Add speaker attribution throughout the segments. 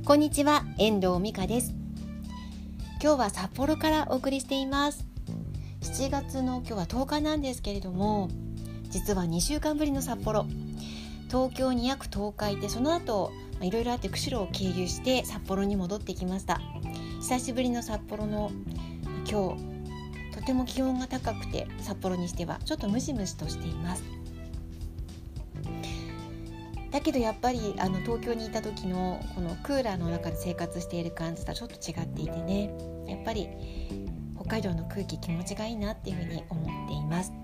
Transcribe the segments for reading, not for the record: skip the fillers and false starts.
Speaker 1: こんにちは、遠藤美香です。今日は札幌からお送りしています。7月の今日は10日なんですけれども、実は2週間ぶりの札幌、東京に約10日いて、その後いろいろあって釧路を経由して札幌に戻ってきました。久しぶりの札幌の今日、とても気温が高くて、札幌にしてはちょっとムシムシとしています。だけどやっぱり東京にいた時のこのクーラーの中で生活している感じとはちょっと違っていてね、やっぱり北海道の空気気持ちがいいなっていうふうに思っています。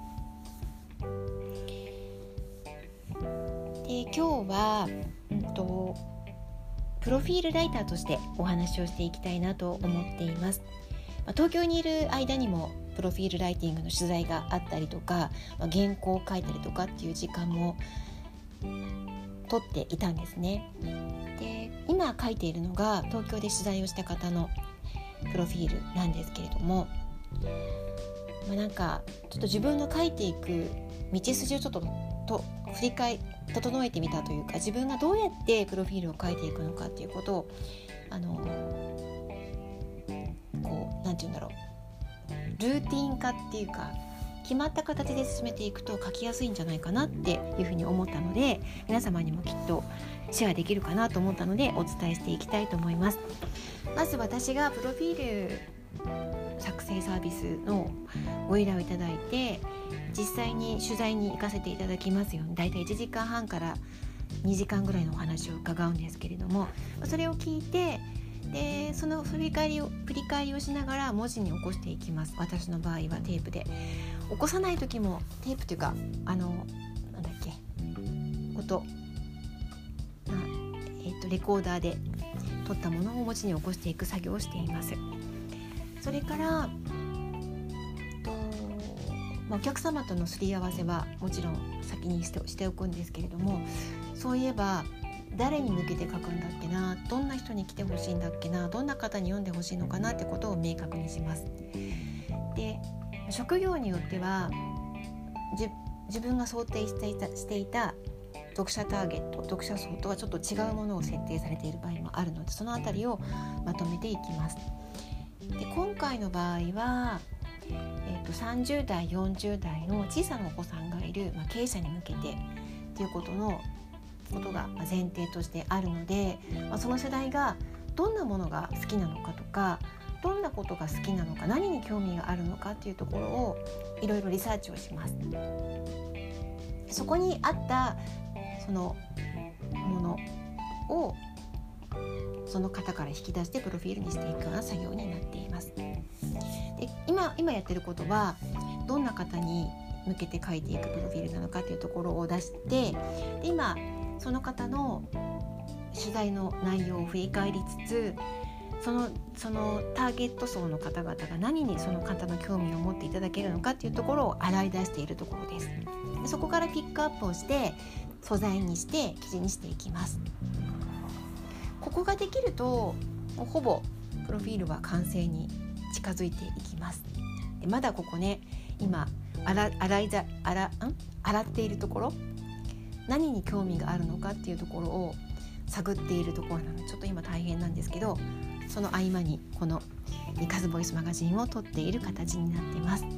Speaker 1: で、今日はプロフィールライターとしてお話をしていきたいなと思っています。東京にいる間にもプロフィールライティングの取材があったりとか、原稿を書いたりとかっていう時間も撮っていたんですね。で、今書いているのが東京で取材をした方のプロフィールなんですけれども、なんかちょっと自分の書いていく道筋をちょっと整えてみたというか、自分がどうやってプロフィールを書いていくのかっていうことをなんていうんだろう、ルーティン化っていうか、決まった形で進めていくと書きやすいんじゃないかなっていうふうに思ったので、皆様にもきっとシェアできるかなと思ったのでお伝えしていきたいと思います。まず私がプロフィール作成サービスのご依頼をいただいて、実際に取材に行かせていただきますように、だいたい1時間半から2時間ぐらいのお話を伺うんですけれども、それを聞いて、でその振り返りをしながら文字に起こしていきます。私の場合はテープで、起こさない時もテープというかレコーダーで撮ったものを文字に起こしていく作業をしています。それからお客様とのすり合わせはもちろん先にしておくんですけれども、そういえば誰に向けて書くんだっけな、どんな人に来てほしいんだっけな、どんな方に読んでほしいのかなってことを明確にします。で、職業によっては自分が想定していた読者ターゲット、読者層とはちょっと違うものを設定されている場合もあるので、そのあたりをまとめていきます。で、今回の場合は、30代40代の小さなお子さんがいる、経営者に向けてということが前提としてあるので、その世代がどんなものが好きなのかとか、どんなことが好きなのか、何に興味があるのかというところをいろいろリサーチをします。そこにあったそのものをその方から引き出してプロフィールにしていくような作業になっています。で、今やってることは、どんな方に向けて書いていくプロフィールなのかというところを出して、で今その方の取材の内容を振り返りつつ、そのターゲット層の方々が何にその方の興味を持っていただけるのかというところを洗い出しているところです。で、そこからピックアップをして素材にして記事にしていきます。ここができるとほぼプロフィールは完成に近づいていきます。で、まだここね、今洗っているところ、何に興味があるのかっていうところを探っているところなので、ちょっと今大変なんですけど、その合間にこのカズボイスマガジンを撮っている形になっています。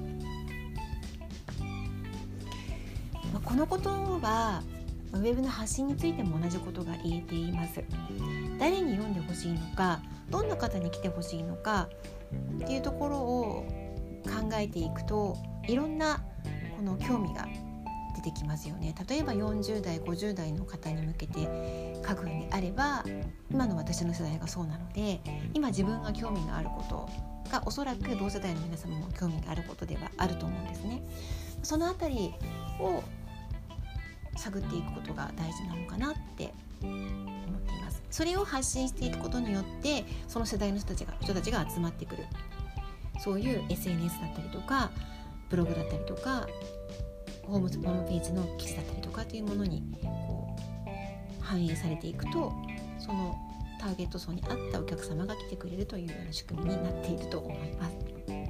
Speaker 1: このことはウェブの発信についても同じことが言えています。誰に読んでほしいのか、どんな方に来てほしいのかっていうところを考えていくと、いろんなこの興味が出てきますよね。例えば40代50代の方に向けて書くんであれば、今の私の世代がそうなので、今自分が興味があることがおそらく同世代の皆様も興味があることではあると思うんですね。そのあたりを探っていくことが大事なのかなって思っています。それを発信していくことによって、その世代の人たちが集まってくる、そういう SNS だったりとかブログだったりとかホームページの記事だったりとかというものに反映されていくと、そのターゲット層に合ったお客様が来てくれるというような仕組みになっていると思います。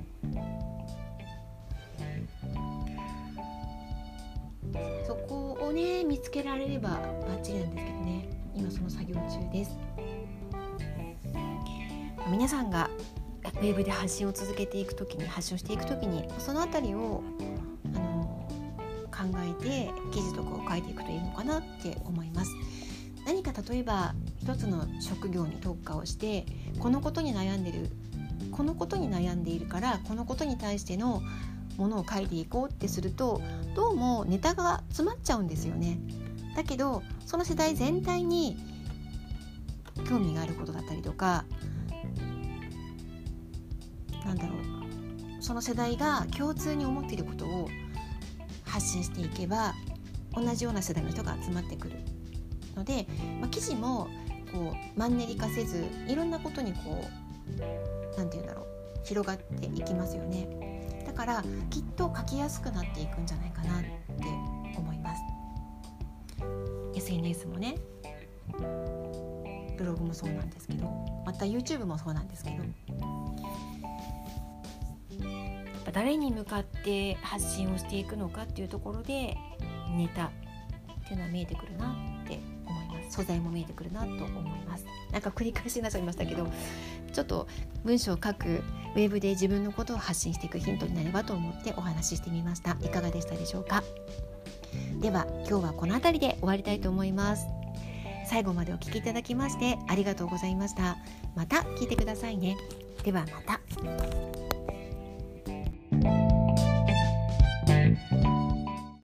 Speaker 1: そこをね見つけられればバッチリなんですけどね、今その作業中です。 皆さんがウェブで発信を続けていくときに、発信をしていくときにそのあたりを考えて記事とかを書いていくといいのかなって思います。何か例えば一つの職業に特化をして、このことに悩んでいるからこのことに対してのものを書いていこうってすると、どうもネタが詰まっちゃうんですよね。だけどその世代全体に興味があることだったりとか、その世代が共通に思っていることを発信していけば、同じような世代の人が集まってくるので、記事もこうマンネリ化せず、いろんなことに広がっていきますよね。だからきっと書きやすくなっていくんじゃないかなって思います。 SNS もね、ブログもそうなんですけど、また YouTube もそうなんですけど、誰に向かって発信をしていくのかっていうところでネタっていうのは見えてくるなって思います。素材も見えてくるなと思います。繰り返しになっちゃいましたけど、ちょっと文章を書くウェブで自分のことを発信していくヒントになればと思ってお話ししてみました。いかがでしたでしょうか。では今日はこの辺りで終わりたいと思います。最後までお聞きいただきましてありがとうございました。また聞いてくださいね。ではまた。